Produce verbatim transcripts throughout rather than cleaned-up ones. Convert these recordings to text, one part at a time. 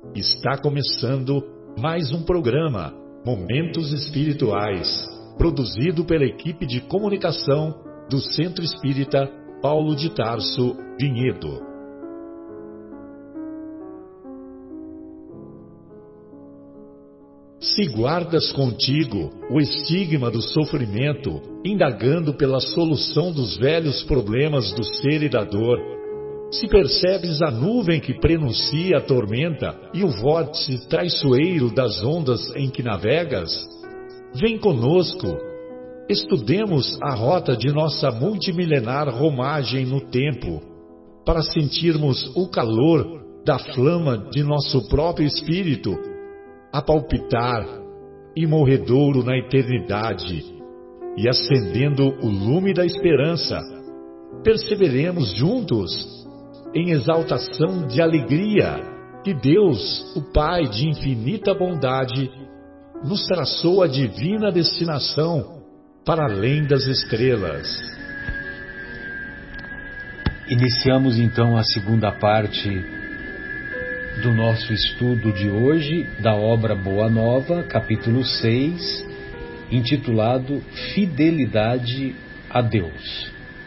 Está começando mais um programa, Momentos Espirituais, produzido pela equipe de comunicação do Centro Espírita Paulo de Tarso, Vinhedo. Se guardas contigo o estigma do sofrimento, indagando pela solução dos velhos problemas do ser e da dor, se percebes a nuvem que prenuncia a tormenta e o vórtice traiçoeiro das ondas em que navegas, vem conosco, estudemos a rota de nossa multimilenar romagem no tempo, para sentirmos o calor da flama de nosso próprio espírito, a palpitar, imorredouro na eternidade, e acendendo o lume da esperança, perceberemos juntos, em exaltação de alegria, que Deus, o Pai de infinita bondade, nos traçou a divina destinação para além das estrelas. Iniciamos então a segunda parte do nosso estudo de hoje, da obra Boa Nova, capítulo seis, intitulado Fidelidade a Deus.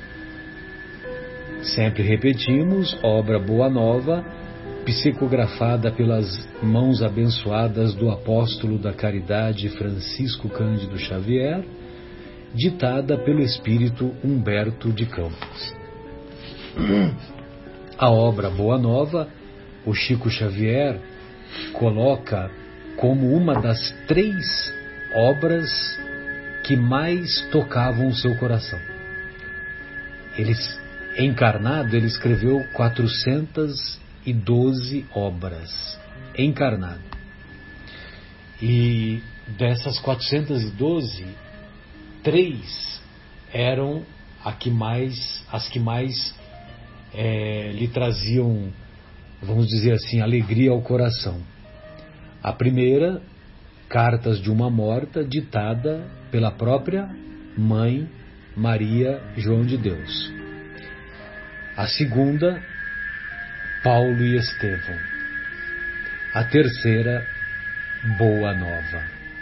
Sempre repetimos, obra Boa Nova, psicografada pelas mãos abençoadas do apóstolo da caridade Francisco Cândido Xavier, ditada pelo espírito Humberto de Campos. A obra Boa Nova, o Chico Xavier coloca como uma das três obras que mais tocavam o seu coração. Eles Encarnado, ele escreveu quatrocentas e doze obras. Encarnado. E dessas quatrocentas e doze, três eram a que mais, as que mais é, lhe traziam, vamos dizer assim, alegria ao coração. A primeira, Cartas de uma Morta, ditada pela própria mãe Maria João de Deus. A segunda, Paulo e Estevão. A terceira, Boa Nova.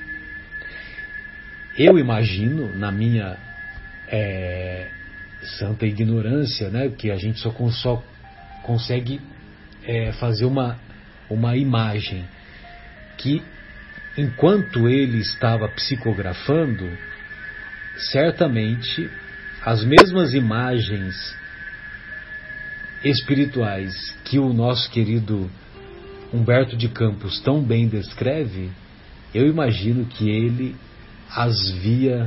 Eu imagino, na minha é, santa ignorância, né, que a gente só, só consegue é, fazer uma, uma imagem, que enquanto ele estava psicografando, certamente as mesmas imagens espirituais que o nosso querido Humberto de Campos tão bem descreve, eu imagino que ele as via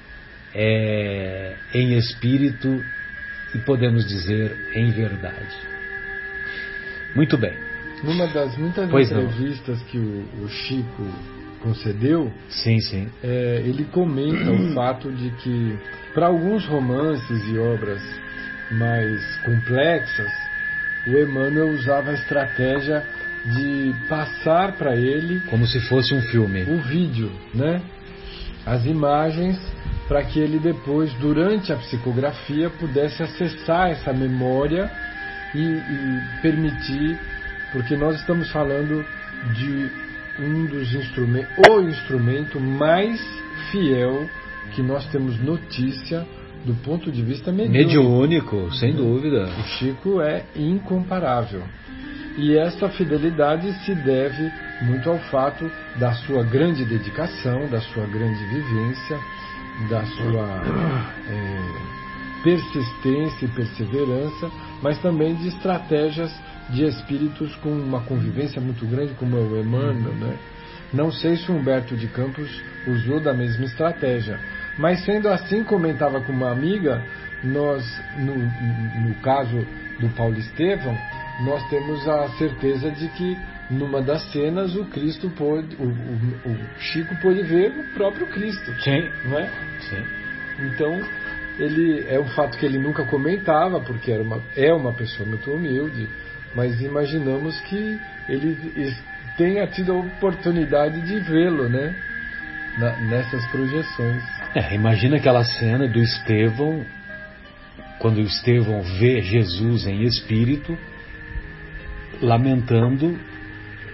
é, em espírito e, podemos dizer, em verdade. Muito bem. Numa das muitas pois entrevistas não. que o, o Chico concedeu, sim, sim. É, ele comenta o fato de que, para alguns romances e obras mais complexas, o Emmanuel usava a estratégia de passar para ele, como se fosse um filme, o vídeo, né? As imagens, para que ele depois, durante a psicografia, pudesse acessar essa memória e, e permitir, porque nós estamos falando de um dos instrumentos, o instrumento mais fiel que nós temos notícia do ponto de vista mediúnico. Mediúnico, sem dúvida. O Chico é incomparável. E essa fidelidade se deve muito ao fato da sua grande dedicação, da sua grande vivência, da sua é, persistência e perseverança, mas também de estratégias de espíritos com uma convivência muito grande, como é o Emmanuel, né? Não sei se o Humberto de Campos usou da mesma estratégia, mas sendo assim, comentava com uma amiga, nós, no, no caso do Paulo Estevão, nós temos a certeza de que numa das cenas o Cristo pôde, o, o, o Chico pôde ver o próprio Cristo. Sim. Não é? Sim. Então, ele, é um fato que ele nunca comentava, porque era uma, é uma pessoa muito humilde, mas imaginamos que ele tenha tido a oportunidade de vê-lo, né? Na, nessas projeções. É, imagina aquela cena do Estevão, quando o Estevão vê Jesus em espírito, lamentando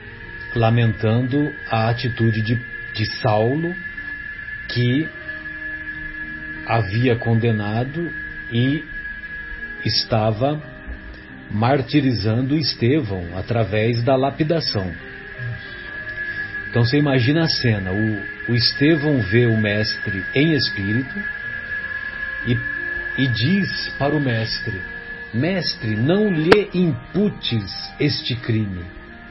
lamentando a atitude de, de Saulo, que havia condenado e estava martirizando Estevão através da lapidação. Então você imagina a cena, o, o Estevão vê o mestre em espírito e, e diz para o mestre: mestre, não lhe imputes este crime.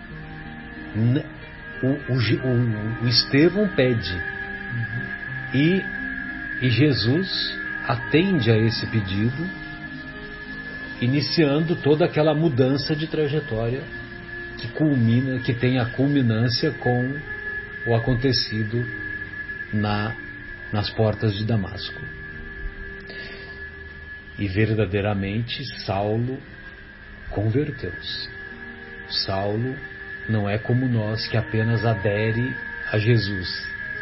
O, o, o, o Estevão pede e, e Jesus atende a esse pedido, iniciando toda aquela mudança de trajetória que culmina, que tem a culminância com o acontecido na, nas portas de Damasco. E verdadeiramente Saulo converteu-se. Saulo não é como nós, que apenas adere a Jesus.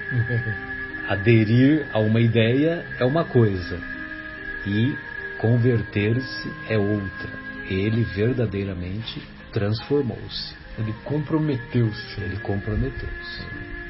Aderir a uma ideia é uma coisa e converter-se é outra. Ele verdadeiramente transformou-se. Ele comprometeu-se. Ele comprometeu-se.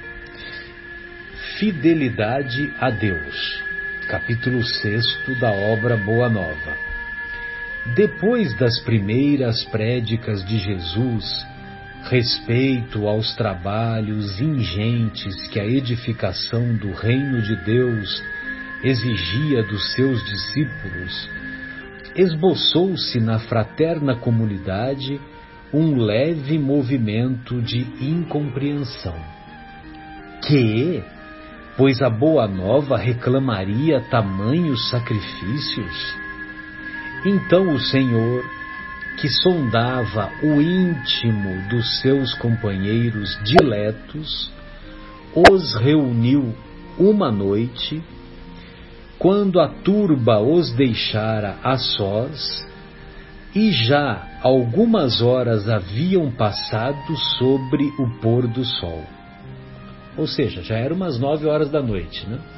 Fidelidade a Deus. Capítulo sexto da obra Boa Nova. Depois das primeiras prédicas de Jesus, respeito aos trabalhos ingentes que a edificação do reino de Deus exigia dos seus discípulos, esboçou-se na fraterna comunidade um leve movimento de incompreensão. Que, pois a Boa Nova reclamaria tamanhos sacrifícios? Então o Senhor, que sondava o íntimo dos seus companheiros diletos, os reuniu uma noite, quando a turba os deixara a sós, e já algumas horas haviam passado sobre o pôr do sol. Ou seja, já eram umas nove horas da noite, né?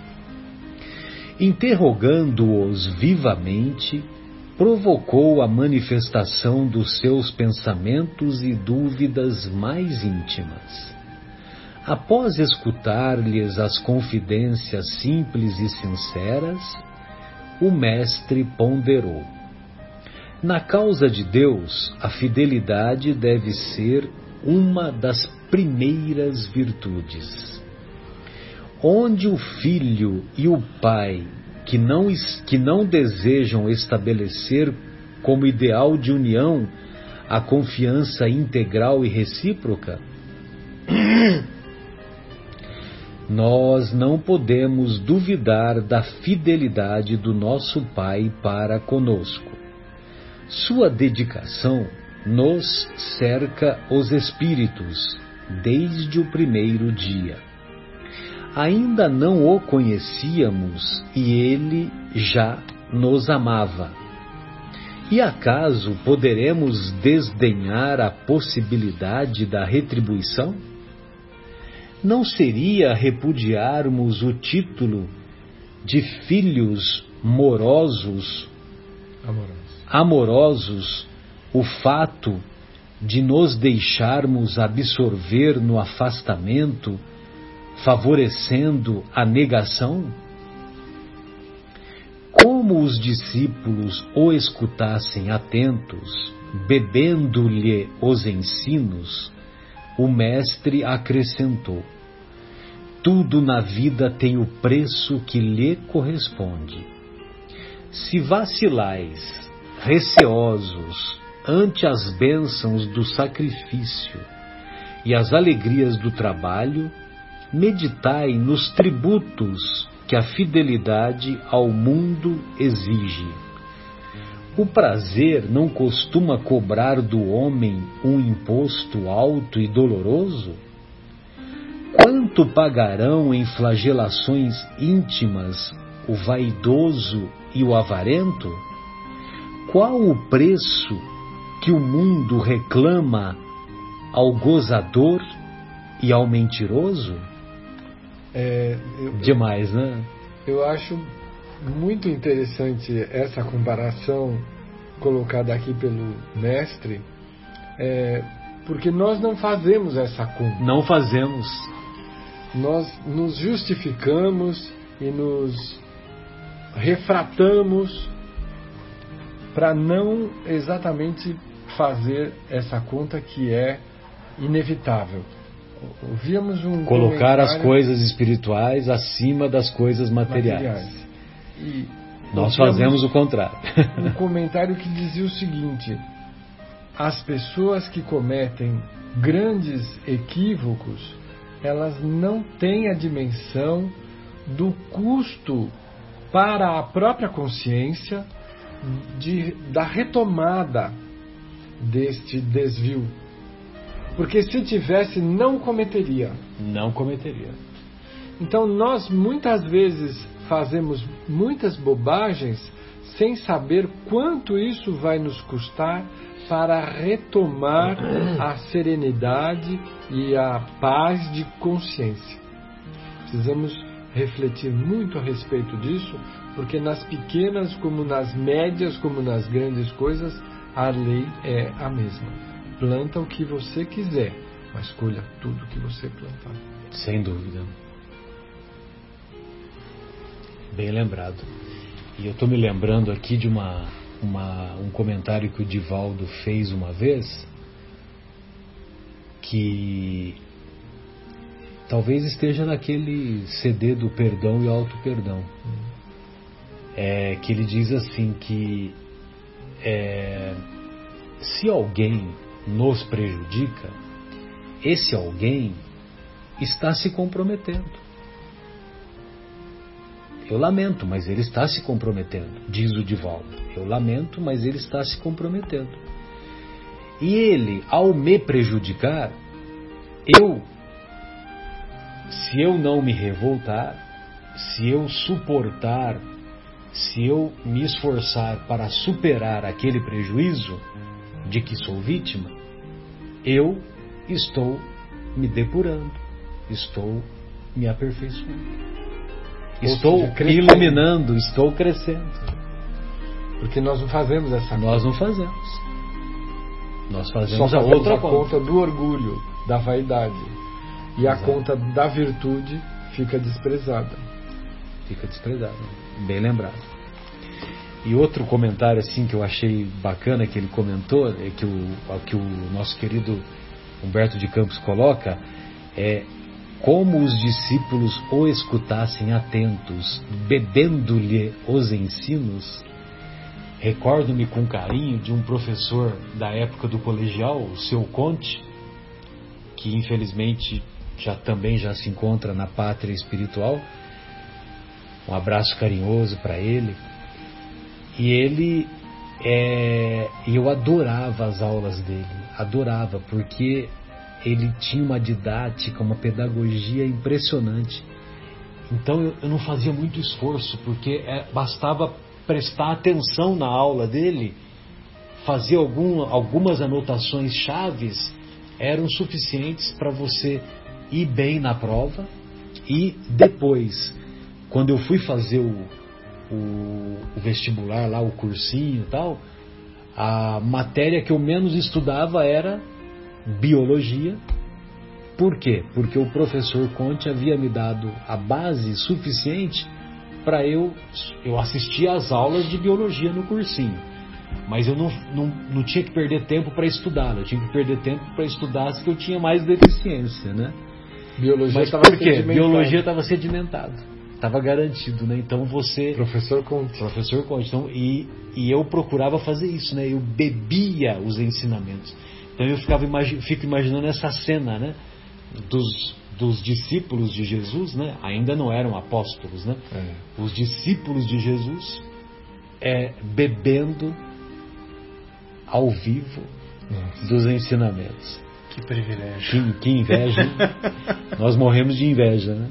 Interrogando-os vivamente, provocou a manifestação dos seus pensamentos e dúvidas mais íntimas. Após escutar-lhes as confidências simples e sinceras, o mestre ponderou: na causa de Deus, a fidelidade deve ser uma das primeiras virtudes. Onde o filho e o pai, que não, que não desejam estabelecer como ideal de união a confiança integral e recíproca, nós não podemos duvidar da fidelidade do nosso Pai para conosco. Sua dedicação nos cerca os espíritos desde o primeiro dia. Ainda não o conhecíamos e ele já nos amava. E acaso poderemos desdenhar a possibilidade da retribuição? Não seria repudiarmos o título de filhos morosos, amorosos, amorosos o fato de nos deixarmos absorver no afastamento, favorecendo a negação? Como os discípulos o escutassem atentos, bebendo-lhe os ensinos, o mestre acrescentou: tudo na vida tem o preço que lhe corresponde. Se vacilais, receosos, ante as bênçãos do sacrifício e as alegrias do trabalho, meditai nos tributos que a fidelidade ao mundo exige. O prazer não costuma cobrar do homem um imposto alto e doloroso? Quanto pagarão em flagelações íntimas o vaidoso e o avarento? Qual o preço que o mundo reclama ao gozador e ao mentiroso? É, eu, Demais, né? Eu acho muito interessante essa comparação colocada aqui pelo mestre, é, Porque nós não fazemos essa conta. Não fazemos. Nós nos justificamos e nos refratamos para não exatamente fazer essa conta que é inevitável. Ouvíamos um Colocar as coisas espirituais acima das coisas materiais. materiais. E nós fazemos o contrário. Um comentário que dizia o seguinte: as pessoas que cometem grandes equívocos, elas não têm a dimensão do custo para a própria consciência de, da retomada deste desvio. Porque se tivesse, não cometeria. Não cometeria. Então nós muitas vezes fazemos muitas bobagens sem saber quanto isso vai nos custar para retomar a serenidade e a paz de consciência. Precisamos refletir muito a respeito disso, porque nas pequenas, como nas médias, como nas grandes coisas, a lei é a mesma. Planta o que você quiser, mas colha tudo que você plantar. Sem dúvida. Bem lembrado. E eu estou me lembrando aqui de uma, uma, um comentário que o Divaldo fez uma vez, que talvez esteja naquele C D do Perdão e Auto-Perdão. Hum. É, que ele diz assim que é, se alguém nos prejudica, esse alguém está se comprometendo. Eu lamento, mas ele está se comprometendo, diz o Divaldo. Eu lamento, mas ele está se comprometendo. E ele, ao me prejudicar, eu, se eu não me revoltar, se eu suportar, se eu me esforçar para superar aquele prejuízo de que sou vítima, eu estou me depurando, estou me aperfeiçoando, estou seja, iluminando, estou crescendo. Porque nós não fazemos essa Nós conta. não fazemos. Nós fazemos Só a outra a conta. conta do orgulho, da vaidade. E Exato. A conta da virtude fica desprezada. Fica desprezada. Bem lembrado. E outro comentário assim que eu achei bacana que ele comentou, é que o, que o nosso querido Humberto de Campos coloca, é como os discípulos o escutassem atentos, bebendo-lhe os ensinos. Recordo-me com carinho de um professor da época do colegial, o seu Conte, que infelizmente já também já se encontra na pátria espiritual. Um abraço carinhoso para ele. E ele, é, eu adorava as aulas dele, adorava, porque ele tinha uma didática, uma pedagogia impressionante. Então eu, eu não fazia muito esforço, porque é, bastava prestar atenção na aula dele, fazer algum, algumas anotações chaves, eram suficientes para você ir bem na prova. E depois, quando eu fui fazer o O, o vestibular lá, o cursinho e tal, a matéria que eu menos estudava era biologia. Por quê? Porque o professor Conte havia me dado a base suficiente para eu eu assistir às aulas de biologia no cursinho, mas eu não, não, não tinha que perder tempo para estudar, eu tinha que perder tempo para estudar se eu tinha mais deficiência, né? Biologia mas por quê? Biologia estava sedimentado. Estava garantido, né? Então você... Professor Conte. Professor Conte. Então, e, e eu procurava fazer isso, né? Eu bebia os ensinamentos. Então eu ficava imagi- fico imaginando essa cena, né? Dos, dos discípulos de Jesus, né? Ainda não eram apóstolos, né? É. Os discípulos de Jesus é, bebendo ao vivo Nossa. Dos ensinamentos. Que privilégio. Que, que inveja, hein? Nós morremos de inveja, né?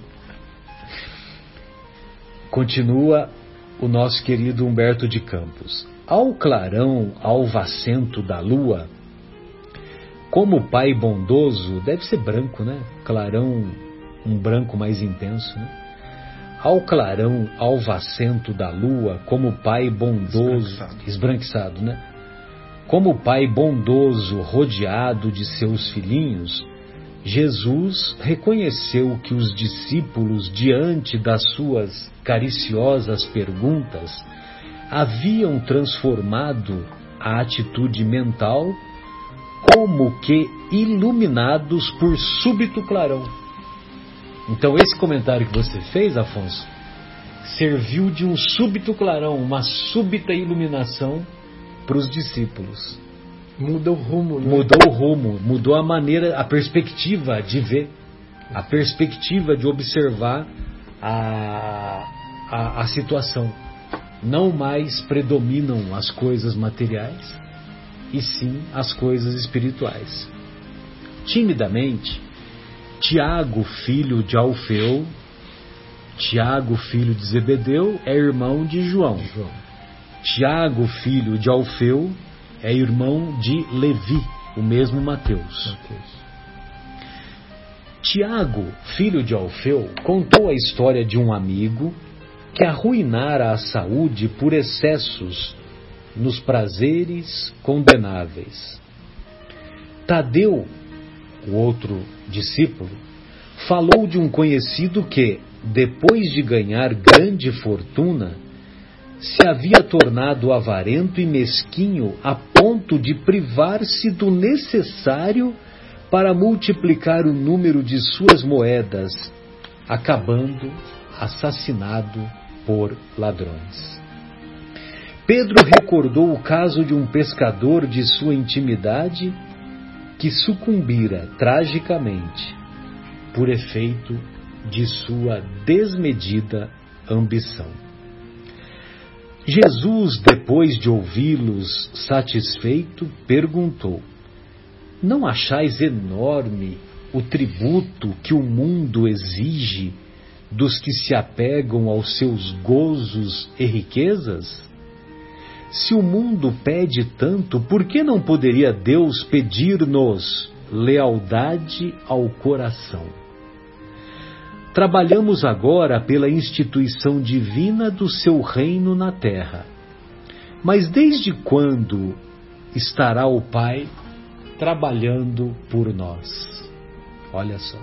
Continua o nosso querido Humberto de Campos. Ao clarão alvacento da lua, como o pai bondoso, deve ser branco, né? Clarão, um branco mais intenso, né? Ao clarão alvacento da lua, como o pai bondoso, esbranquiçado, esbranquiçado, né? Como pai bondoso rodeado de seus filhinhos, Jesus reconheceu que os discípulos, diante das suas cariciosas perguntas, haviam transformado a atitude mental, como que iluminados por súbito clarão. Então esse comentário que você fez, Afonso, serviu de um súbito clarão, uma súbita iluminação para os discípulos. Mudou o rumo, né? Mudou o rumo, mudou a maneira, a perspectiva de ver, a perspectiva de observar a, a, a situação. Não mais predominam as coisas materiais, e sim as coisas espirituais. Timidamente, Tiago, filho de Alfeu, Tiago, filho de Zebedeu, é irmão de João. João. Tiago, filho de Alfeu, é irmão de Levi, o mesmo Mateus. Mateus. Tiago, filho de Alfeu, contou a história de um amigo que arruinara a saúde por excessos nos prazeres condenáveis. Tadeu, o outro discípulo, falou de um conhecido que, depois de ganhar grande fortuna, se havia tornado avarento e mesquinho a ponto de privar-se do necessário para multiplicar o número de suas moedas, acabando assassinado por ladrões. Pedro recordou o caso de um pescador de sua intimidade que sucumbira tragicamente por efeito de sua desmedida ambição. Jesus, depois de ouvi-los satisfeito, perguntou: não achais enorme o tributo que o mundo exige dos que se apegam aos seus gozos e riquezas? Se o mundo pede tanto, por que não poderia Deus pedir-nos lealdade ao coração? Trabalhamos agora pela instituição divina do seu reino na terra. Mas desde quando estará o Pai trabalhando por nós? Olha só.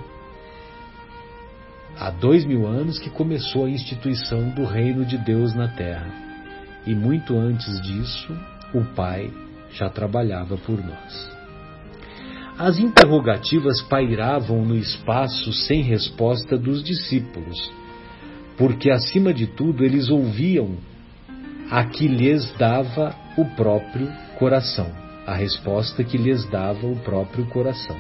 Há dois mil anos que começou a instituição do reino de Deus na terra. E muito antes disso, o Pai já trabalhava por nós. As interrogativas pairavam no espaço sem resposta dos discípulos, porque, acima de tudo, eles ouviam a que lhes dava o próprio coração, a resposta que lhes dava o próprio coração.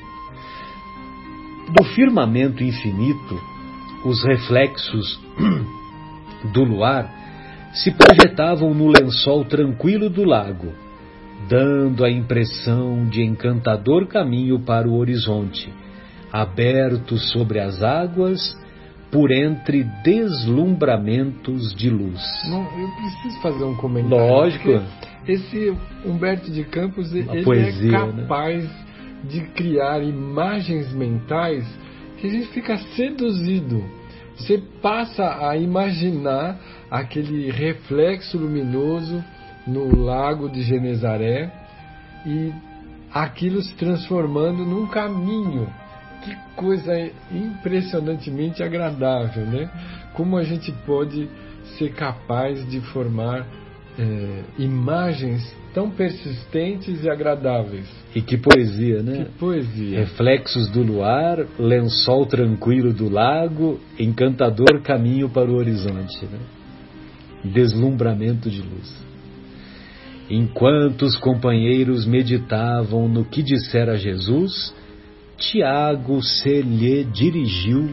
Do firmamento infinito, os reflexos do luar se projetavam no lençol tranquilo do lago, dando a impressão de encantador caminho para o horizonte, aberto sobre as águas por entre deslumbramentos de luz. Não, eu preciso fazer um comentário. Lógico. Esse Humberto de Campos, ele poesia, é capaz, né, de criar imagens mentais que a gente fica seduzido. Você passa a imaginar aquele reflexo luminoso no lago de Genezaré e aquilo se transformando num caminho. Que coisa impressionantemente agradável, né? Como a gente pode ser capaz de formar é, imagens tão persistentes e agradáveis. E que poesia, né? Que poesia. Reflexos do luar, lençol tranquilo do lago, encantador caminho para o horizonte, né? Deslumbramento de luz. Enquanto os companheiros meditavam no que dissera Jesus, Tiago se lhe dirigiu,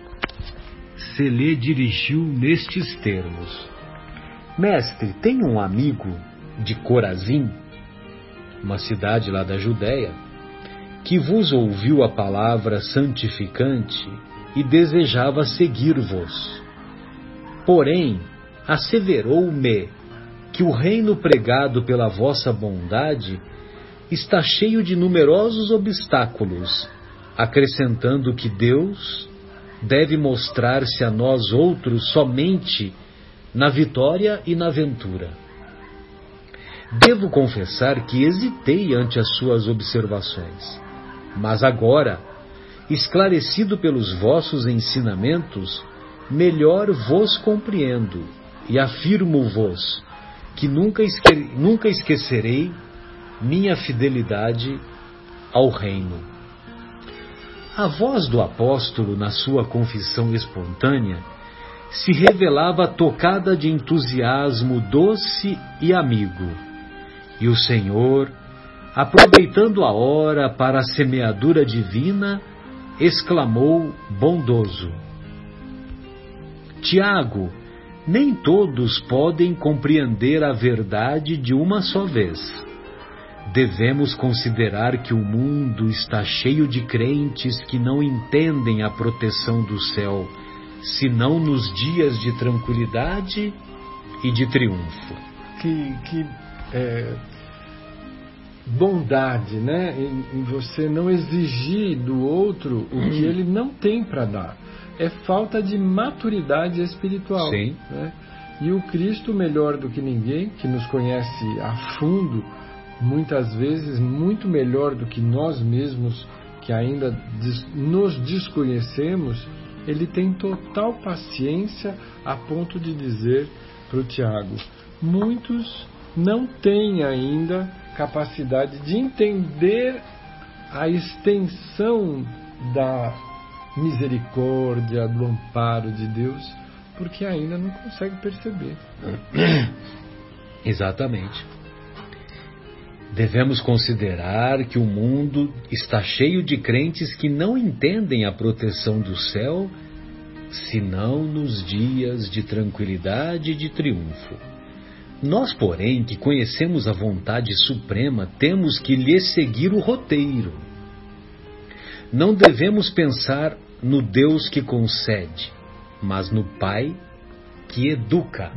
se lhe dirigiu nestes termos: Mestre, tem um amigo de Corazim, uma cidade lá da Judéia, que vos ouviu a palavra santificante e desejava seguir-vos. Porém, asseverou-me que o reino pregado pela vossa bondade está cheio de numerosos obstáculos, acrescentando que Deus deve mostrar-se a nós outros somente na vitória e na ventura. Devo confessar que hesitei ante as suas observações, mas agora, esclarecido pelos vossos ensinamentos, melhor vos compreendo e afirmo-vos que nunca, esque nunca esquecerei minha fidelidade ao reino. A voz do apóstolo, na sua confissão espontânea, se revelava tocada de entusiasmo doce e amigo, e o Senhor, aproveitando a hora para a semeadura divina, exclamou bondoso: Tiago, nem todos podem compreender a verdade de uma só vez. Devemos considerar que o mundo está cheio de crentes que não entendem a proteção do céu, senão nos dias de tranquilidade e de triunfo. Que, que é, bondade, né? Em, em você não exigir do outro o que ele não tem para dar. É falta de maturidade espiritual. Sim. Né? E o Cristo, melhor do que ninguém, que nos conhece a fundo, muitas vezes muito melhor do que nós mesmos, que ainda des- nos desconhecemos, ele tem total paciência a ponto de dizer para o Tiago: muitos não têm ainda capacidade de entender a extensão da misericórdia, do amparo de Deus, porque ainda não consegue perceber. Exatamente. Devemos considerar que o mundo está cheio de crentes que não entendem a proteção do céu, senão nos dias de tranquilidade e de triunfo. Nós, porém, que conhecemos a vontade suprema, temos que lhe seguir o roteiro. Não devemos pensar no Deus que concede, mas no Pai que educa.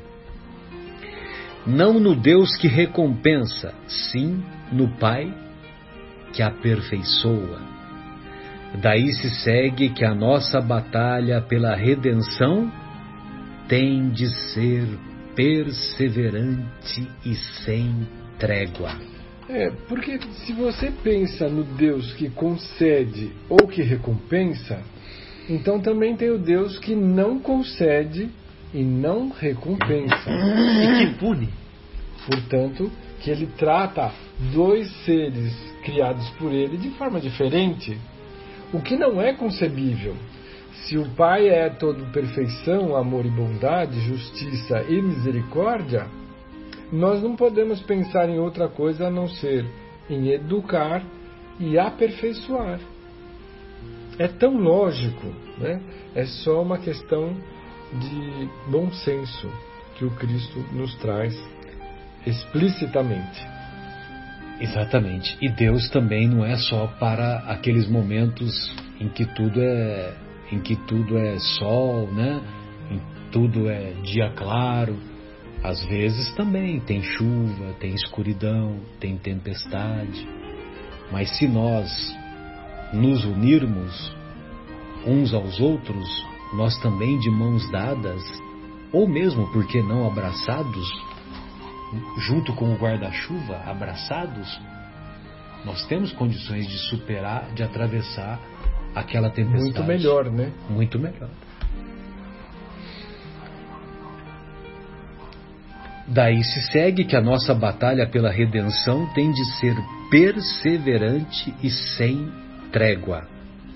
Não no Deus que recompensa, sim no Pai que aperfeiçoa. Daí se segue que a nossa batalha pela redenção tem de ser perseverante e sem trégua. É, porque se você pensa no Deus que concede ou que recompensa, então também tem o Deus que não concede e não recompensa. E que pune. Portanto, que ele trata dois seres criados por ele de forma diferente, o que não é concebível. Se o Pai é todo perfeição, amor e bondade, justiça e misericórdia, nós não podemos pensar em outra coisa a não ser em educar e aperfeiçoar. É tão lógico, né? É só uma questão de bom senso que o Cristo nos traz explicitamente. Exatamente. E Deus também não é só para aqueles momentos em que tudo é, em que tudo é sol, né? Em tudo é dia claro. Às vezes também tem chuva, tem escuridão, tem tempestade. Mas se nós nos unirmos uns aos outros, nós também de mãos dadas, ou mesmo, por que não, abraçados, junto com o guarda-chuva, abraçados, nós temos condições de superar, de atravessar aquela tempestade. Muito melhor, né? Muito melhor. Daí se segue que a nossa batalha pela redenção tem de ser perseverante e sem trégua.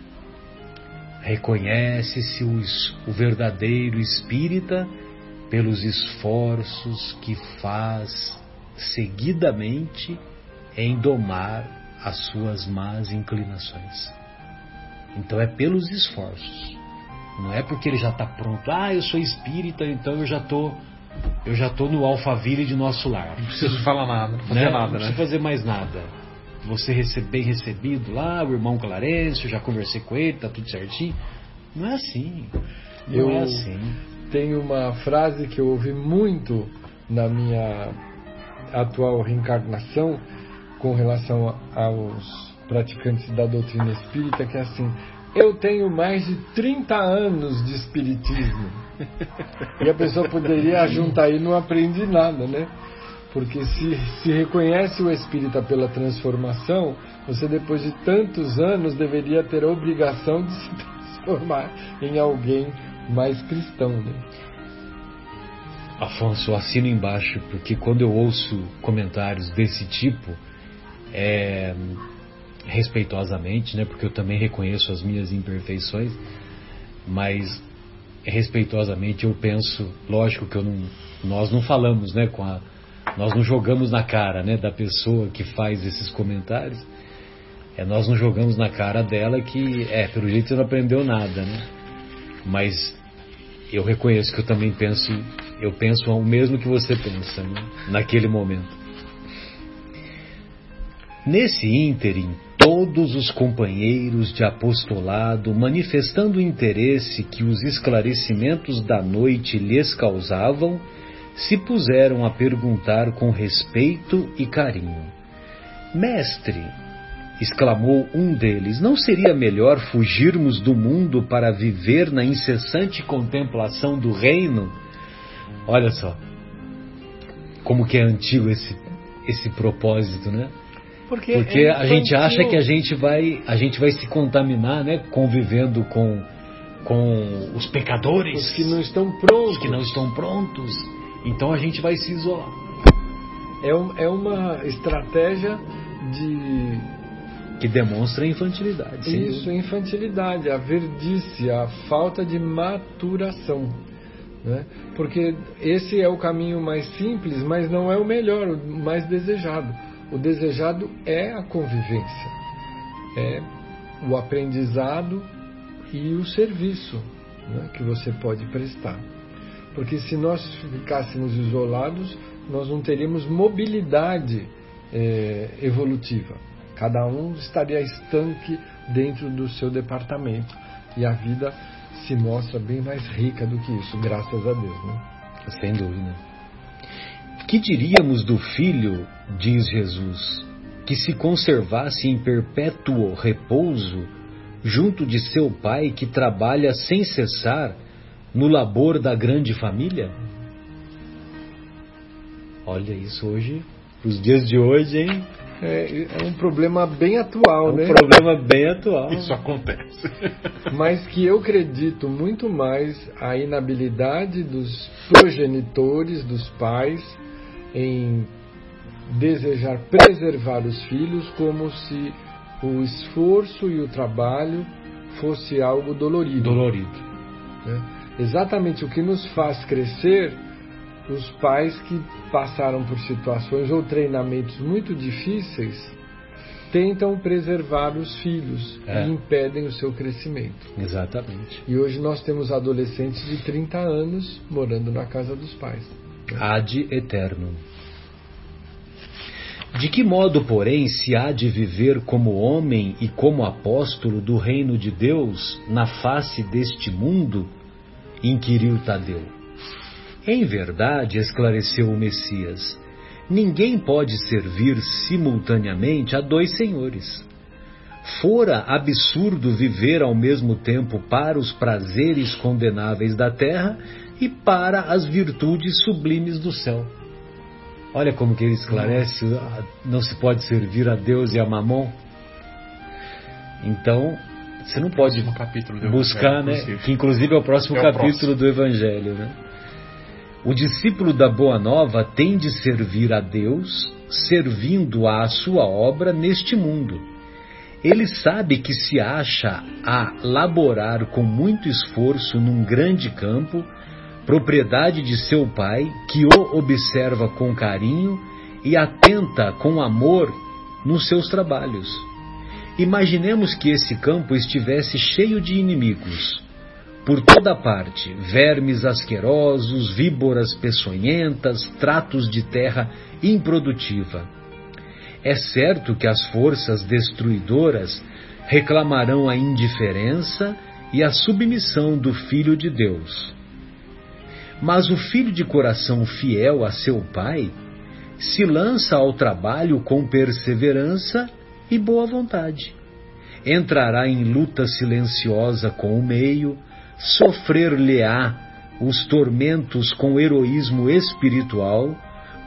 Reconhece-se o, o verdadeiro espírita pelos esforços que faz seguidamente em domar as suas más inclinações. Então é pelos esforços. Não é porque ele já está pronto. Ah, eu sou espírita, então eu já estou eu já estou no Alphaville de nosso lar. Não preciso falar nada, não fazer né? nada, Não né? preciso fazer mais nada. Você rece- bem recebido lá, o irmão Clarencio, já conversei com ele, tá tudo certinho. Não é assim. Não Eu é assim. tenho uma frase que eu ouvi muito na minha atual reencarnação com relação aos praticantes da doutrina espírita, que é assim: eu tenho mais de trinta anos de espiritismo. E a pessoa poderia juntar aí, não aprendi nada, né? Porque se, se reconhece o espírita pela transformação, você depois de tantos anos deveria ter a obrigação de se transformar em alguém mais cristão, né? Afonso, eu assino embaixo, porque quando eu ouço comentários desse tipo, é, respeitosamente, né, porque eu também reconheço as minhas imperfeições, mas respeitosamente eu penso, lógico que eu não, nós não falamos, né, com a, nós não jogamos na cara, né, da pessoa que faz esses comentários, é, nós não jogamos na cara dela que, é, pelo jeito você não aprendeu nada, né, mas eu reconheço que eu também penso, eu penso o mesmo que você pensa, né, naquele momento. Nesse ínterim, todos os companheiros de apostolado, manifestando o interesse que os esclarecimentos da noite lhes causavam, se puseram a perguntar com respeito e carinho. Mestre, exclamou um deles, não seria melhor fugirmos do mundo para viver na incessante contemplação do reino? Olha só, como que é antigo esse, esse propósito, né? Porque, Porque é a gente acha que a gente vai, a gente vai se contaminar, né, convivendo com, com os pecadores, os que não estão prontos, os que não estão prontos. Então a gente vai se isolar. É, um, é uma estratégia de que demonstra a infantilidade. Isso, a infantilidade, a verdice, a falta de maturação, né? Porque esse é o caminho mais simples, mas não é o melhor, o mais desejado. O desejado é a convivência, é o aprendizado e o serviço, né, que você pode prestar. Porque se nós ficássemos isolados, nós não teríamos mobilidade é, evolutiva. Cada um estaria estanque dentro do seu departamento. E a vida se mostra bem mais rica do que isso, graças a Deus, né? Sem dúvida. Que diríamos do filho, diz Jesus, que se conservasse em perpétuo repouso junto de seu pai que trabalha sem cessar no labor da grande família? Olha isso hoje, os dias de hoje, hein? É, é um problema bem atual, né? É um né? problema bem atual. Isso acontece. Mas que eu acredito muito mais a inabilidade dos progenitores, dos pais, em desejar preservar os filhos, como se o esforço e o trabalho fosse algo dolorido. Dolorido. Né? Exatamente o que nos faz crescer, os pais que passaram por situações ou treinamentos muito difíceis tentam preservar os filhos é. e impedem o seu crescimento. Exatamente. E hoje nós temos adolescentes de trinta anos morando na casa dos pais. Ad eternum. De que modo, porém, se há de viver como homem e como apóstolo do reino de Deus na face deste mundo? Inquiriu Tadeu. Em verdade, esclareceu o Messias, ninguém pode servir simultaneamente a dois senhores. Fora absurdo viver ao mesmo tempo para os prazeres condenáveis da terra e para as virtudes sublimes do céu. Olha como que ele esclarece, não se pode servir a Deus e a Mamon. Então, você não pode buscar, né? Inclusive. Que inclusive é o próximo é o capítulo próximo. do Evangelho, né? O discípulo da Boa Nova tem de servir a Deus, servindo à sua obra neste mundo. Ele sabe que se acha a laborar com muito esforço num grande campo, propriedade de seu pai, que o observa com carinho e atenta com amor nos seus trabalhos. Imaginemos que esse campo estivesse cheio de inimigos. Por toda parte, vermes asquerosos, víboras peçonhentas, tratos de terra improdutiva. É certo que as forças destruidoras reclamarão a indiferença e a submissão do Filho de Deus. Mas o filho de coração fiel a seu pai se lança ao trabalho com perseverança e boa vontade. Entrará em luta silenciosa com o meio, sofrer-lhe-á os tormentos com heroísmo espiritual,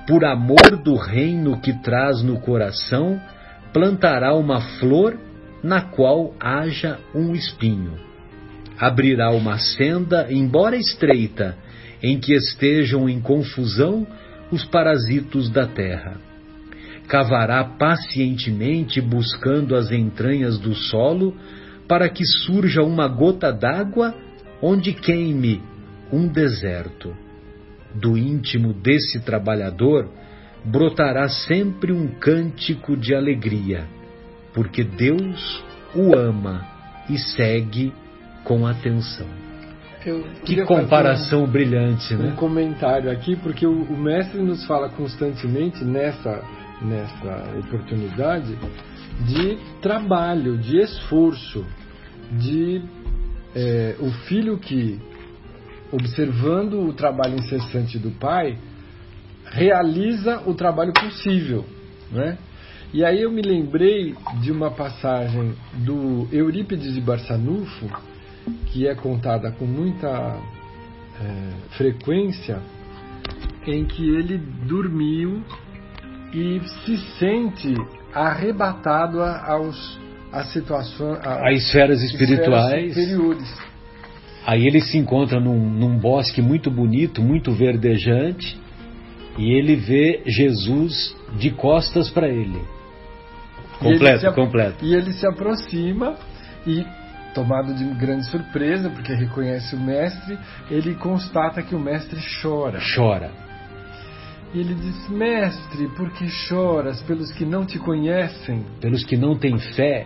por amor do reino que traz no coração, plantará uma flor na qual haja um espinho. Abrirá uma senda, embora estreita, em que estejam em confusão os parasitos da terra. Cavará pacientemente buscando as entranhas do solo, para que surja uma gota d'água onde queime um deserto. Do íntimo desse trabalhador brotará sempre um cântico de alegria, porque Deus o ama e segue com atenção. Eu Que comparação um, brilhante, né? Um comentário aqui, porque o, o mestre nos fala constantemente nessa, nessa oportunidade de trabalho, de esforço, de é, o filho que, observando o trabalho incessante do pai, realiza o trabalho possível, né? E aí eu me lembrei de uma passagem do Eurípides de Barçanufo, que é contada com muita é, frequência, em que ele dormiu e se sente arrebatado aos às situações, a, a esferas espirituais, esferas superiores. Aí ele se encontra num, num bosque muito bonito, muito verdejante, e ele vê Jesus de costas para ele. Completo, e completo. E ele se aproxima e, tomado de grande surpresa, porque reconhece o mestre, ele constata que o mestre chora. Chora. E ele diz: mestre, por que choras? Pelos que não te conhecem? Pelos que não têm fé?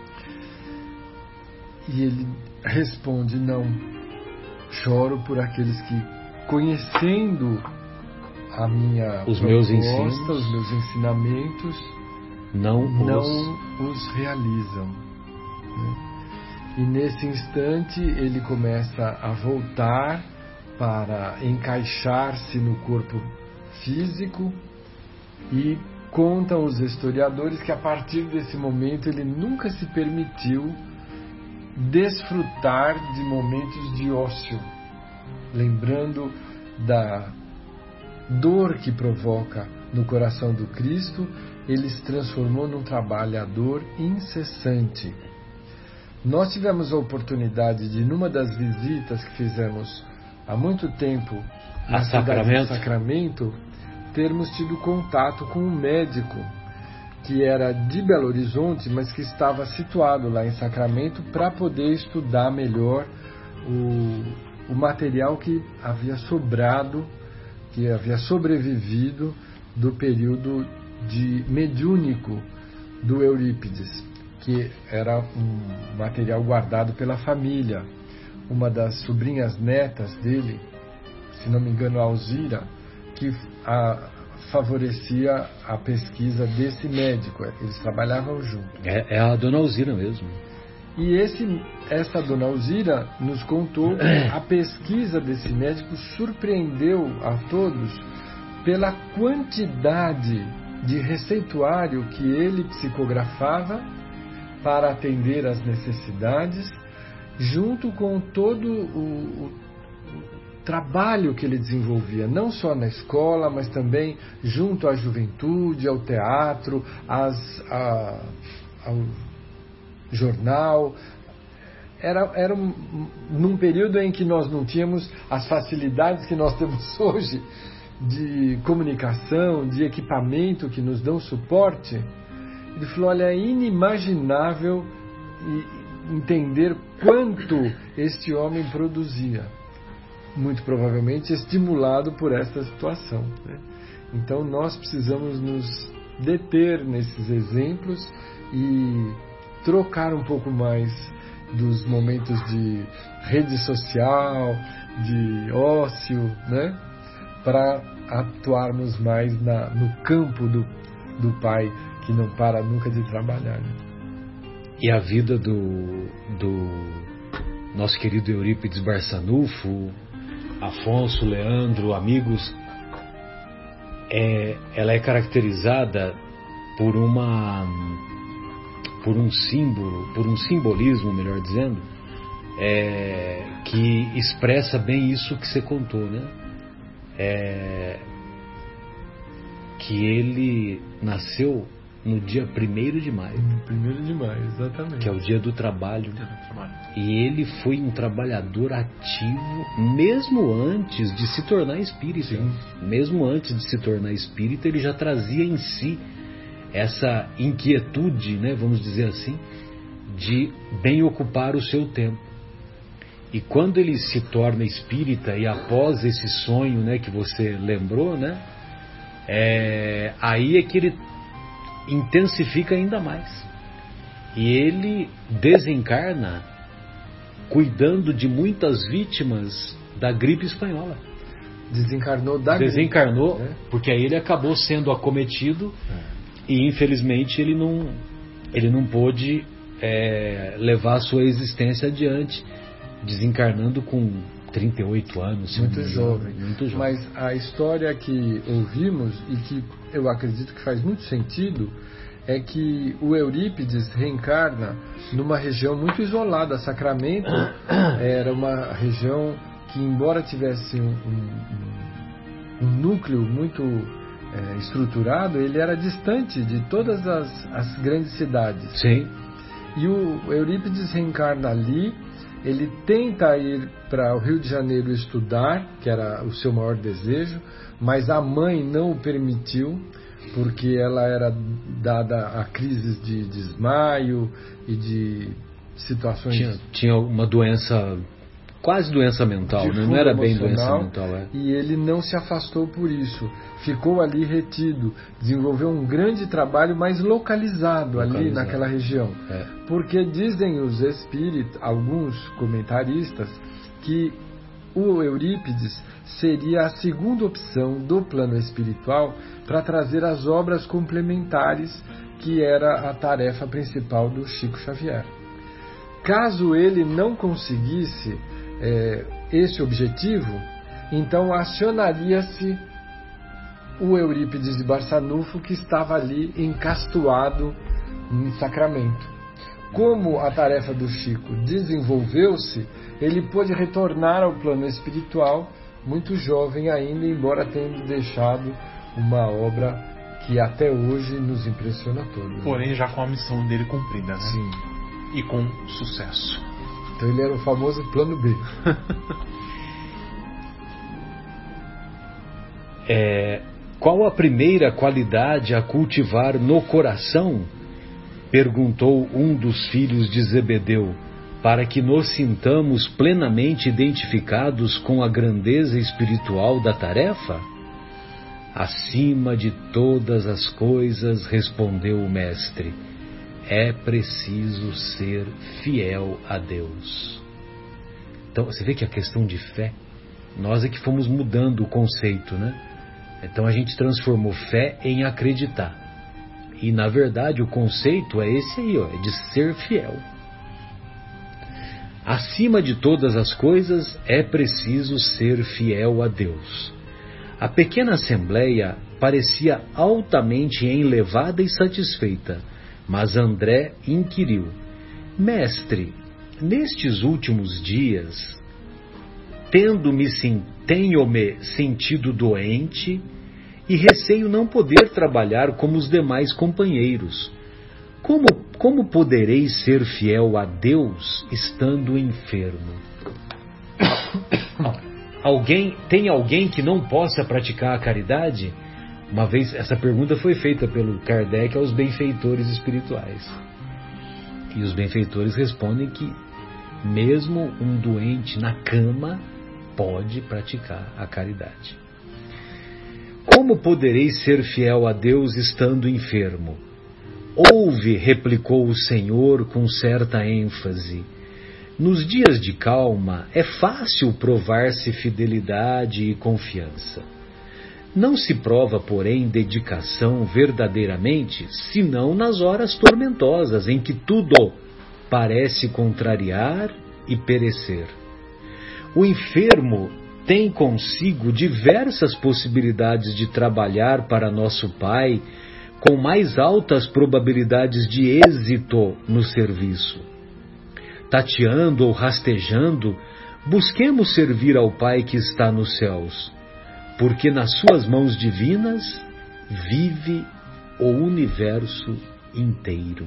E ele responde: não, choro por aqueles que, conhecendo a minha os proposta, meus ensinos, os meus ensinamentos, não, não os... os realizam. E nesse instante ele começa a voltar para encaixar-se no corpo físico, e contam os historiadores que a partir desse momento ele nunca se permitiu desfrutar de momentos de ócio, lembrando da dor que provoca no coração do Cristo. Ele se transformou num trabalhador incessante. Nós tivemos a oportunidade de, numa das visitas que fizemos há muito tempo na cidade de Sacramento, termos tido contato com um médico que era de Belo Horizonte, mas que estava situado lá em Sacramento para poder estudar melhor o, o material que havia sobrado, que havia sobrevivido do período de mediúnico do Eurípides, que era um material guardado pela família. Uma das sobrinhas netas dele, se não me engano, a Alzira, que a, favorecia a pesquisa desse médico. Eles trabalhavam juntos. É, é a dona Alzira mesmo. E esse, essa dona Alzira nos contou que a pesquisa desse médico surpreendeu a todos pela quantidade de receituário que ele psicografava para atender às necessidades, junto com todo o, o trabalho que ele desenvolvia, não só na escola, mas também junto à juventude, ao teatro, às, a, ao jornal. Era, era um, num período em que nós não tínhamos as facilidades que nós temos hoje de comunicação, de equipamento que nos dão suporte. Ele falou: olha, é inimaginável entender quanto este homem produzia, muito provavelmente estimulado por esta situação, né? Então nós precisamos nos deter nesses exemplos e trocar um pouco mais dos momentos de rede social, de ócio, né? Para atuarmos mais na, no campo do, do Pai, que não para nunca de trabalhar, né? E a vida do, do nosso querido Eurípides Barçanufo, Afonso, Leandro, amigos, é, ela é caracterizada por uma por um símbolo, por um simbolismo, melhor dizendo, é, que expressa bem isso que você contou, né? É, que ele nasceu no dia primeiro de maio. primeiro de maio, exatamente. Que é o dia do trabalho. Dia do trabalho. E ele foi um trabalhador ativo, mesmo antes de se tornar espírita. Sim. Mesmo antes de se tornar espírita, ele já trazia em si essa inquietude, né, vamos dizer assim, de bem ocupar o seu tempo. E quando ele se torna espírita, e após esse sonho, né, que você lembrou, né, é, aí é que ele intensifica ainda mais. E ele desencarna cuidando de muitas vítimas da gripe espanhola. Desencarnou da Desencarnou, gripe, né? Porque aí ele acabou sendo acometido É. e infelizmente ele não, ele não pôde é, levar a sua existência adiante, desencarnando com trinta e oito anos. Muito jovem. muito jovem. Mas a história que ouvimos e que eu acredito que faz muito sentido é que o Eurípides reencarna numa região muito isolada. Sacramento era uma região que, embora tivesse um, um, um núcleo muito é, estruturado, ele era distante de todas as, as grandes cidades. Sim. E o Eurípides reencarna ali. Ele tenta ir para o Rio de Janeiro estudar, que era o seu maior desejo, mas a mãe não o permitiu, porque ela era dada a crises de desmaio e de situações... Tinha, tinha uma doença, quase doença mental, né? Não era bem doença mental. É. E ele não se afastou por isso, ficou ali retido, desenvolveu um grande trabalho, mas localizado, localizado. ali naquela região. É. Porque dizem os espíritos, alguns comentaristas, que o Eurípides seria a segunda opção do plano espiritual para trazer as obras complementares, que era a tarefa principal do Chico Xavier. Caso ele não conseguisse é, esse objetivo, então acionaria-se o Eurípides de Barçanufo, que estava ali encastuado em Sacramento. Como a tarefa do Chico desenvolveu-se, ele pôde retornar ao plano espiritual muito jovem ainda, embora tendo deixado uma obra que até hoje nos impressiona todos. Porém, já com a missão dele cumprida, né? Sim. E com sucesso. Então ele era o famoso plano B. é, qual a primeira qualidade a cultivar no coração? Perguntou um dos filhos de Zebedeu, para que nos sintamos plenamente identificados com a grandeza espiritual da tarefa? Acima de todas as coisas, respondeu o mestre, é preciso ser fiel a Deus. Então, você vê que a questão de fé, nós é que fomos mudando o conceito, né? Então a gente transformou fé em acreditar. E na verdade o conceito é esse aí, ó, é de ser fiel. Acima de todas as coisas, é preciso ser fiel a Deus. A pequena assembleia parecia altamente enlevada e satisfeita, mas André inquiriu: Mestre, nestes últimos dias, tendo-me tenho-me sentido doente e receio não poder trabalhar como os demais companheiros. Como, como poderei ser fiel a Deus estando enfermo? Alguém, tem alguém que não possa praticar a caridade? Uma vez, essa pergunta foi feita pelo Kardec aos benfeitores espirituais. E os benfeitores respondem que mesmo um doente na cama pode praticar a caridade. Como poderei ser fiel a Deus estando enfermo? Ouve, replicou o Senhor com certa ênfase. Nos dias de calma é fácil provar-se fidelidade e confiança. Não se prova, porém, dedicação verdadeiramente, senão nas horas tormentosas, em que tudo parece contrariar e perecer. O enfermo tem consigo diversas possibilidades de trabalhar para nosso Pai, com mais altas probabilidades de êxito no serviço. Tateando ou rastejando, busquemos servir ao Pai que está nos céus, porque nas suas mãos divinas vive o universo inteiro.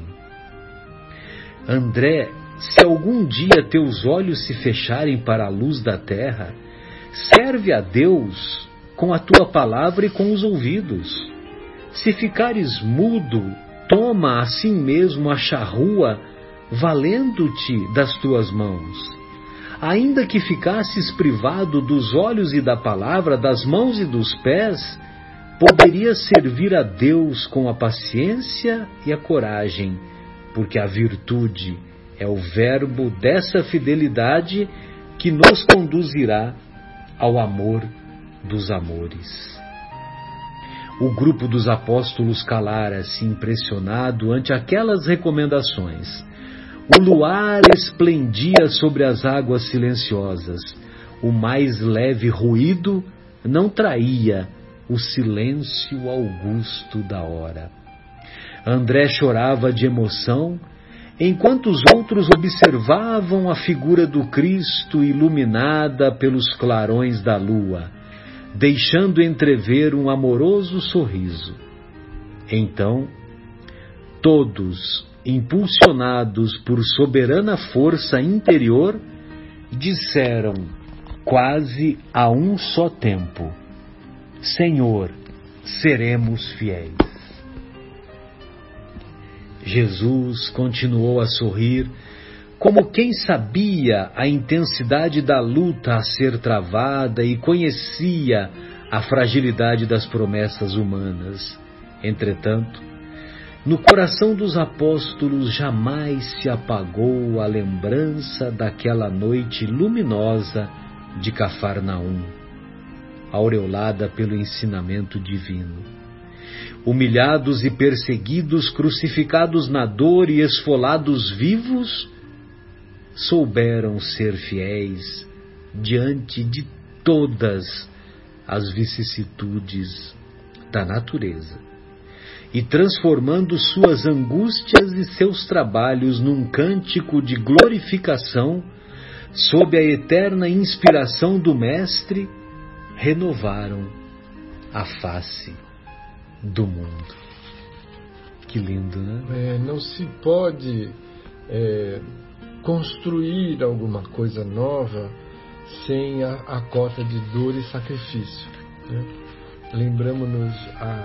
André, se algum dia teus olhos se fecharem para a luz da terra, serve a Deus com a tua palavra e com os ouvidos. Se ficares mudo, toma assim mesmo a charrua, valendo-te das tuas mãos. Ainda que ficasses privado dos olhos e da palavra, das mãos e dos pés, poderias servir a Deus com a paciência e a coragem, porque a virtude é o verbo dessa fidelidade que nos conduzirá ao amor dos amores. O grupo dos apóstolos calara-se impressionado ante aquelas recomendações. O luar esplendia sobre as águas silenciosas. O mais leve ruído não traía o silêncio augusto da hora. André chorava de emoção, enquanto os outros observavam a figura do Cristo iluminada pelos clarões da lua, deixando entrever um amoroso sorriso. Então, todos, impulsionados por soberana força interior, disseram quase a um só tempo: Senhor, seremos fiéis. Jesus continuou a sorrir, como quem sabia a intensidade da luta a ser travada e conhecia a fragilidade das promessas humanas. Entretanto, no coração dos apóstolos jamais se apagou a lembrança daquela noite luminosa de Cafarnaum, aureolada pelo ensinamento divino. Humilhados e perseguidos, crucificados na dor e esfolados vivos, souberam ser fiéis diante de todas as vicissitudes da natureza, e transformando suas angústias e seus trabalhos num cântico de glorificação, sob a eterna inspiração do Mestre, renovaram a face do mundo. Que lindo, né? É, não se pode é, construir alguma coisa nova sem a, a cota de dor e sacrifício, né? Lembramos-nos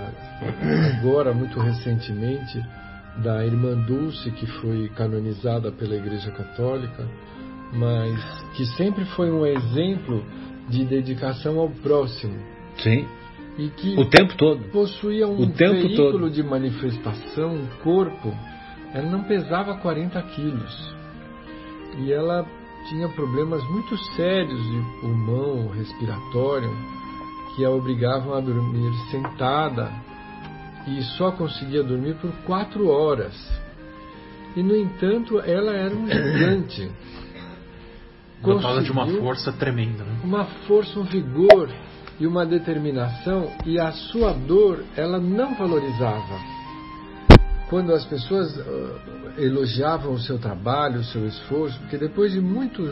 agora, muito recentemente, da Irmã Dulce, que foi canonizada pela Igreja Católica, mas que sempre foi um exemplo de dedicação ao próximo. Sim. E que o tempo todo. possuía um veículo todo. de manifestação, um corpo. Ela não pesava quarenta quilos. E ela tinha problemas muito sérios de pulmão, respiratório, que a obrigavam a dormir sentada e só conseguia dormir por quatro horas. E, no entanto, ela era um gigante. Dotada de uma força tremenda, né? Uma força, um vigor e uma determinação, e a sua dor ela não valorizava. Quando as pessoas uh, elogiavam o seu trabalho, o seu esforço, porque depois de muitos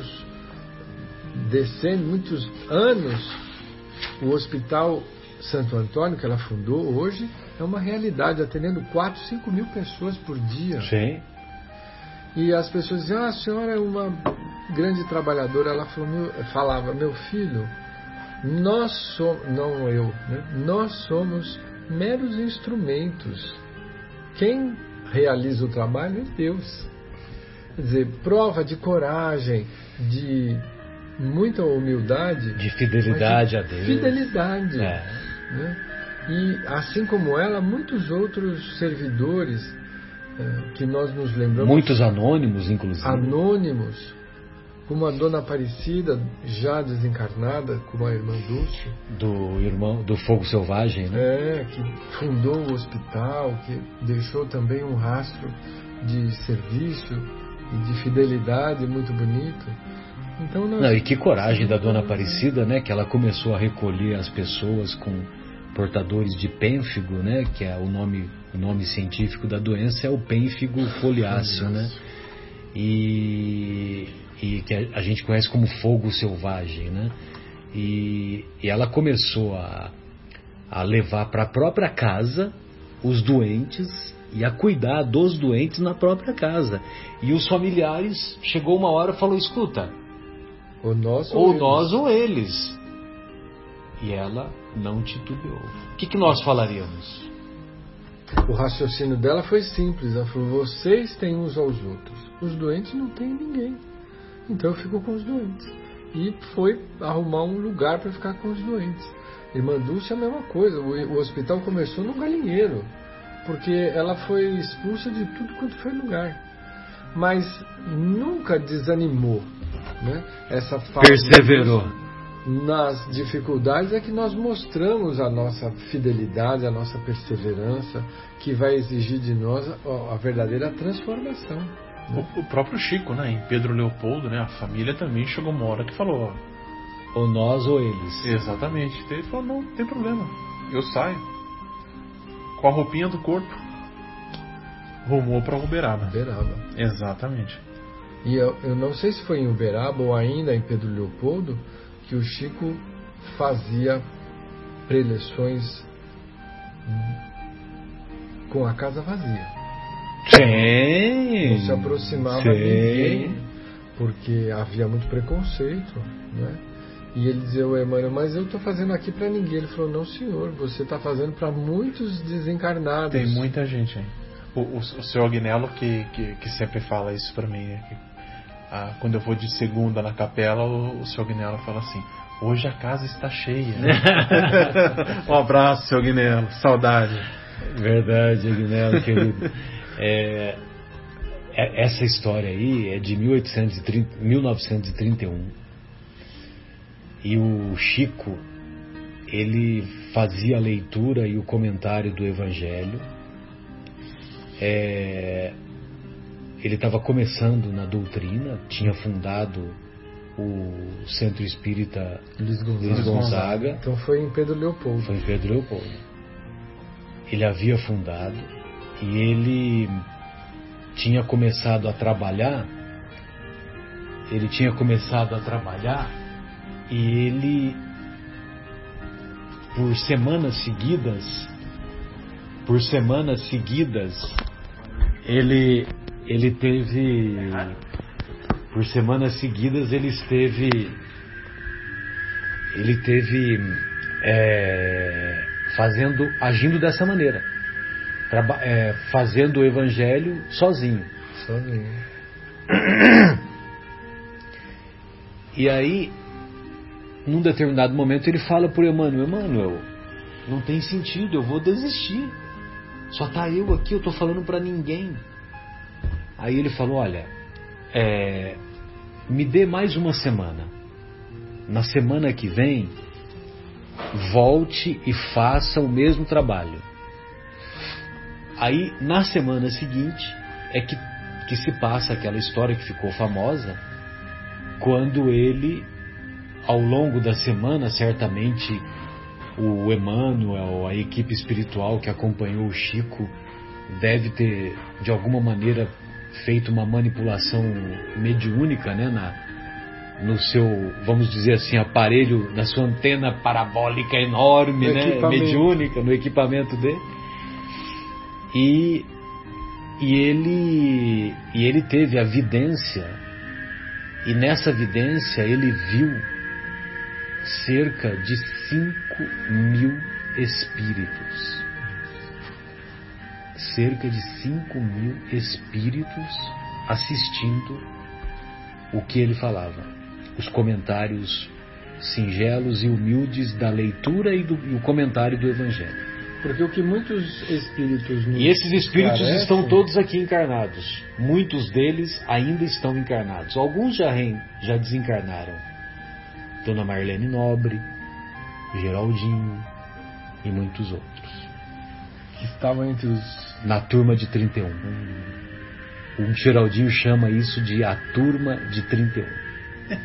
decênios, muitos anos, o Hospital Santo Antônio, que ela fundou hoje, é uma realidade, atendendo quatro, cinco mil pessoas por dia. Sim. E as pessoas diziam: ah, a senhora é uma grande trabalhadora. Ela falou, meu, falava, meu filho, nós somos, não eu, né? Nós somos meros instrumentos. Quem realiza o trabalho é Deus. Quer dizer, prova de coragem, de muita humildade, de fidelidade de a Deus. Fidelidade. É. Né? E assim como ela, muitos outros servidores eh, que nós nos lembramos. Muitos anônimos, inclusive. Anônimos, como a Dona Aparecida, já desencarnada, como a Irmã Dulce. Do irmão do Fogo Selvagem, né? É, que fundou o hospital, que deixou também um rastro de serviço e de fidelidade muito bonito. Então nós... Não, e que coragem da Dona Aparecida, né? Que ela começou a recolher as pessoas com portadores de pênfigo, né? Que é o nome, o nome científico da doença é o pênfigo foliáceo, né? E, e que a, a gente conhece como fogo selvagem, né? E, e ela começou a, a levar para a própria casa os doentes e a cuidar dos doentes na própria casa. E os familiares, chegou uma hora e falou, escuta, ou nós ou, ou, nós ou eles. E ela não titubeou. O que, que nós falaríamos? O raciocínio dela foi simples. Ela falou, vocês têm uns aos outros. Os doentes não têm ninguém. Então eu fico com os doentes. E foi arrumar um lugar para ficar com os doentes. Irmã Dulce é a mesma coisa. O, o hospital começou no galinheiro. Porque ela foi expulsa de tudo quanto foi lugar. Mas nunca desanimou. Né? Essa fase perseverou. Nas dificuldades é que nós mostramos a nossa fidelidade, a nossa perseverança, que vai exigir de nós a, a verdadeira transformação. Né? O, o próprio Chico, né, em Pedro Leopoldo, né, a família também chegou uma hora que falou, ó, ou nós ou eles. Exatamente. Ele falou, não, não tem problema, eu saio com a roupinha do corpo, rumou para Uberaba. Uberaba. Exatamente. E eu, eu não sei se foi em Uberaba ou ainda em Pedro Leopoldo que o Chico fazia preleções com a casa vazia. Sim. Não se aproximava Sim. ninguém, porque havia muito preconceito, né? E ele dizia, o Emmanuel, mas eu estou fazendo aqui para ninguém. Ele falou, não senhor, você está fazendo para muitos desencarnados. Tem muita gente aí. O, o, o seu Agnello que, que, que sempre fala isso para mim, né? Que, ah, quando eu vou de segunda na capela, o, o seu Agnello fala assim, hoje a casa está cheia. Um abraço, seu Agnello, saudade. Verdade, Agnello, querido. É, essa história aí é de mil novecentos e trinta e um. E o Chico, ele fazia a leitura e o comentário do Evangelho. É, ele estava começando na doutrina, tinha fundado o Centro Espírita Luiz Gonzaga. Luiz Gonzaga. Então foi em Pedro Leopoldo. Foi em Pedro Leopoldo. Ele havia fundado e ele tinha começado a trabalhar. Ele tinha começado a trabalhar e ele, por semanas seguidas, por semanas seguidas, ele ele teve, por semanas seguidas ele esteve, ele teve é, fazendo, agindo dessa maneira, traba, é, fazendo o Evangelho sozinho. Sozinho. E aí, num determinado momento, ele fala para o Emmanuel, Emmanuel, não tem sentido, eu vou desistir. Só tá eu aqui, eu tô falando para ninguém. Aí ele falou, olha, é, me dê mais uma semana. Na semana que vem, volte e faça o mesmo trabalho. Aí, na semana seguinte, é que, que se passa aquela história que ficou famosa, quando ele, ao longo da semana, certamente o Emmanuel, a equipe espiritual que acompanhou o Chico, deve ter, de alguma maneira, feito uma manipulação mediúnica, né, na, no seu, vamos dizer assim, aparelho, na sua antena parabólica enorme, né, mediúnica, no equipamento dele. E, e, ele, e ele teve a vidência, e nessa vidência ele viu cerca de cinco mil espíritos. Cerca de cinco mil espíritos assistindo o que ele falava. Os comentários singelos e humildes da leitura e, do, e o comentário do Evangelho. Porque o que muitos espíritos nos E esses espíritos parecem... estão todos aqui encarnados. Muitos deles ainda estão encarnados. Alguns já, rein, já desencarnaram. Dona Marlene Nobre, Geraldinho e muitos outros. Que estavam entre os... Na turma de trinta e um. O Geraldinho chama isso de a turma de trinta e um.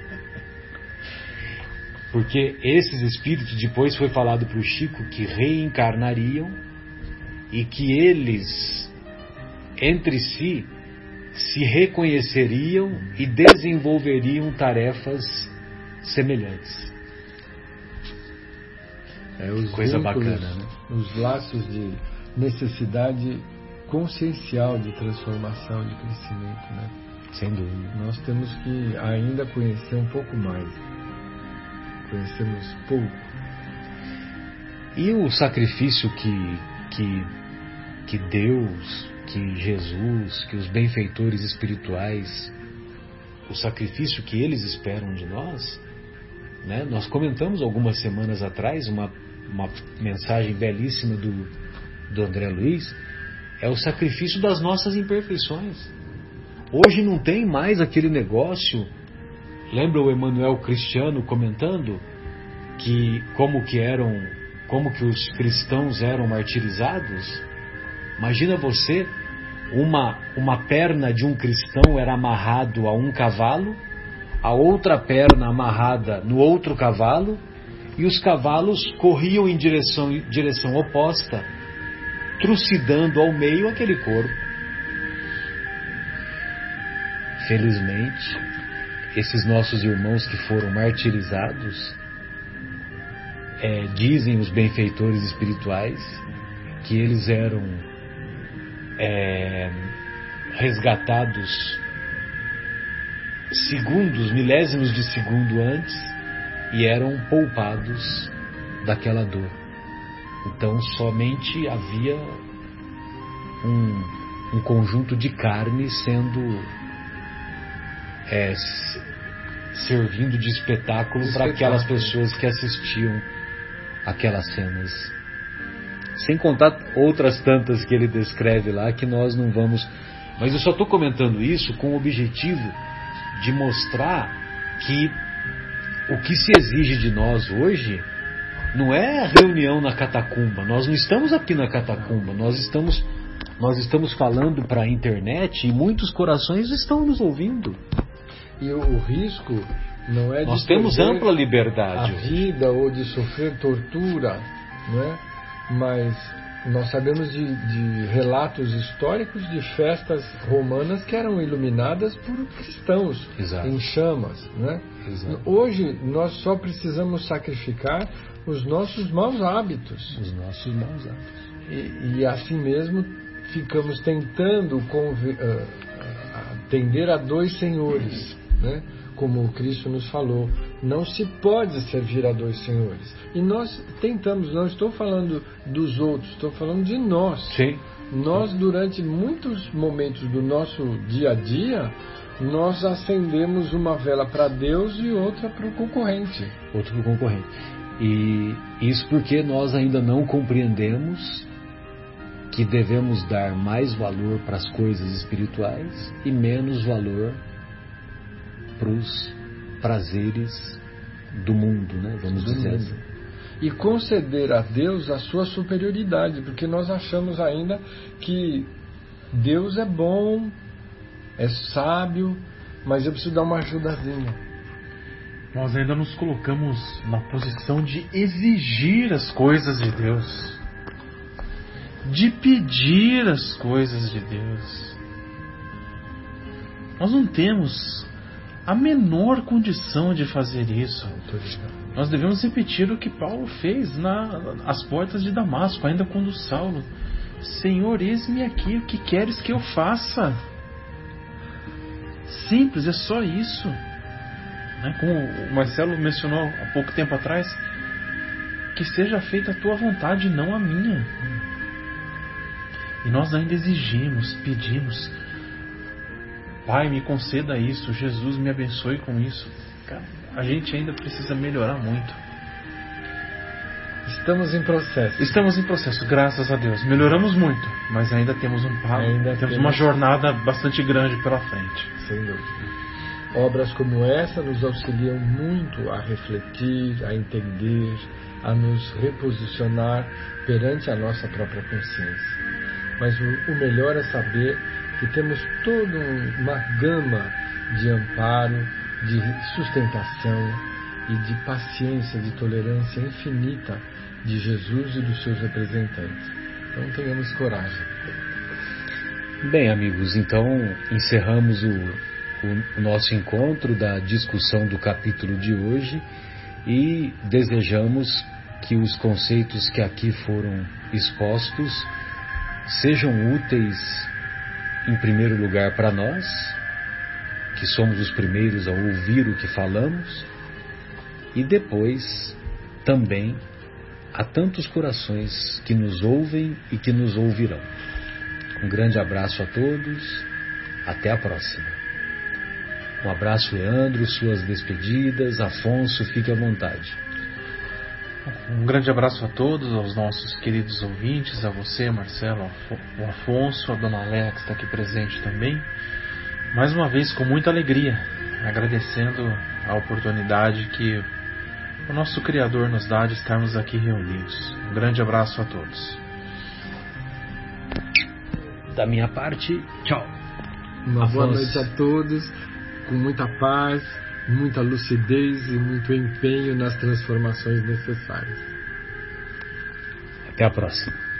Porque esses espíritos, depois foi falado para o Chico que reencarnariam e que eles, entre si, se reconheceriam e desenvolveriam tarefas semelhantes. É, os Coisa vínculos, bacana, né? Os laços de necessidade consciencial de transformação, de crescimento, né? Sem dúvida. Nós temos que ainda conhecer um pouco mais. Conhecemos pouco. E o sacrifício que, que, que Deus, que Jesus, que os benfeitores espirituais, o sacrifício que eles esperam de nós, né? Nós comentamos algumas semanas atrás uma, uma mensagem belíssima do, do André Luiz, é o sacrifício das nossas imperfeições. Hoje não tem mais aquele negócio. Lembra o Emmanuel Cristiano comentando que como que eram, como que os cristãos eram martirizados? Imagina você, uma, uma perna de um cristão era amarrado a um cavalo, a outra perna amarrada no outro cavalo, e os cavalos corriam em direção, direção oposta, trucidando ao meio aquele corpo. Felizmente, esses nossos irmãos que foram martirizados, é, dizem os benfeitores espirituais que eles eram é, resgatados segundos, milésimos de segundo antes e eram poupados daquela dor. Então somente havia um, um conjunto de carne sendo é, servindo de espetáculo para aquelas pessoas que assistiam aquelas cenas. Sem contar outras tantas que ele descreve lá que nós não vamos... Mas eu só estou comentando isso com o objetivo de mostrar que o que se exige de nós hoje não é reunião na catacumba. Nós não estamos aqui na catacumba. Nós estamos, nós estamos falando para a internet e muitos corações estão nos ouvindo. E o, o risco não é de nós temos ampla liberdade a vida ou de sofrer tortura, né? Mas nós sabemos de, de relatos históricos de festas romanas que eram iluminadas por cristãos. Exato. Em chamas, né? Exato. Hoje nós só precisamos sacrificar os nossos maus hábitos. Os nossos maus hábitos. E, e assim mesmo ficamos tentando conv- uh, atender a dois senhores, né? Como o Cristo nos falou, não se pode servir a dois senhores. E nós tentamos, não estou falando dos outros, estou falando de nós. Sim. Nós, durante muitos momentos do nosso dia a dia, nós acendemos uma vela para Deus e outra para o concorrente. Outro para o concorrente. E isso porque nós ainda não compreendemos que devemos dar mais valor para as coisas espirituais e menos valor para os prazeres do mundo, né? Vamos do dizer mundo. assim. E conceder a Deus a sua superioridade, porque nós achamos ainda que Deus é bom, é sábio, mas eu preciso dar uma ajudazinha. Nós ainda nos colocamos na posição de exigir as coisas de Deus, de pedir as coisas de Deus. Nós não temos a menor condição de fazer isso. Nós devemos repetir o que Paulo fez nas portas de Damasco, ainda quando Saulo: Senhor, eis-me aqui, o que queres que eu faça? Simples, é só isso. Né? Como o Marcelo mencionou há pouco tempo atrás, que seja feita a tua vontade, não a minha. E nós ainda exigimos, pedimos: Pai, me conceda isso, Jesus me abençoe com isso. Cara, a gente ainda precisa melhorar muito. Estamos em processo. Estamos em processo, graças a Deus. Melhoramos muito, mas ainda temos um passo, ainda temos, temos uma jornada bastante grande pela frente. Sem dúvida. Obras como essa nos auxiliam muito a refletir, a entender, a nos reposicionar perante a nossa própria consciência. Mas o, o melhor é saber que temos toda uma gama de amparo, de sustentação e de paciência, de tolerância infinita de Jesus e dos seus representantes. Então tenhamos coragem. Bem, amigos, então encerramos o, o, o nosso encontro da discussão do capítulo de hoje e desejamos que os conceitos que aqui foram expostos sejam úteis, em primeiro lugar, para nós, que somos os primeiros a ouvir o que falamos, e depois também a tantos corações que nos ouvem e que nos ouvirão. Um grande abraço a todos, até a próxima. Um abraço, Leandro, suas despedidas. Afonso, fique à vontade. Um grande abraço a todos, aos nossos queridos ouvintes, a você, Marcelo, o Afonso, a Dona Léa, que está aqui presente também. Mais uma vez, com muita alegria, agradecendo a oportunidade que o nosso Criador nos dá de estarmos aqui reunidos. Um grande abraço a todos. Da minha parte, tchau. Uma Afonso. Boa noite a todos, com muita paz, muita lucidez e muito empenho nas transformações necessárias. Até a próxima.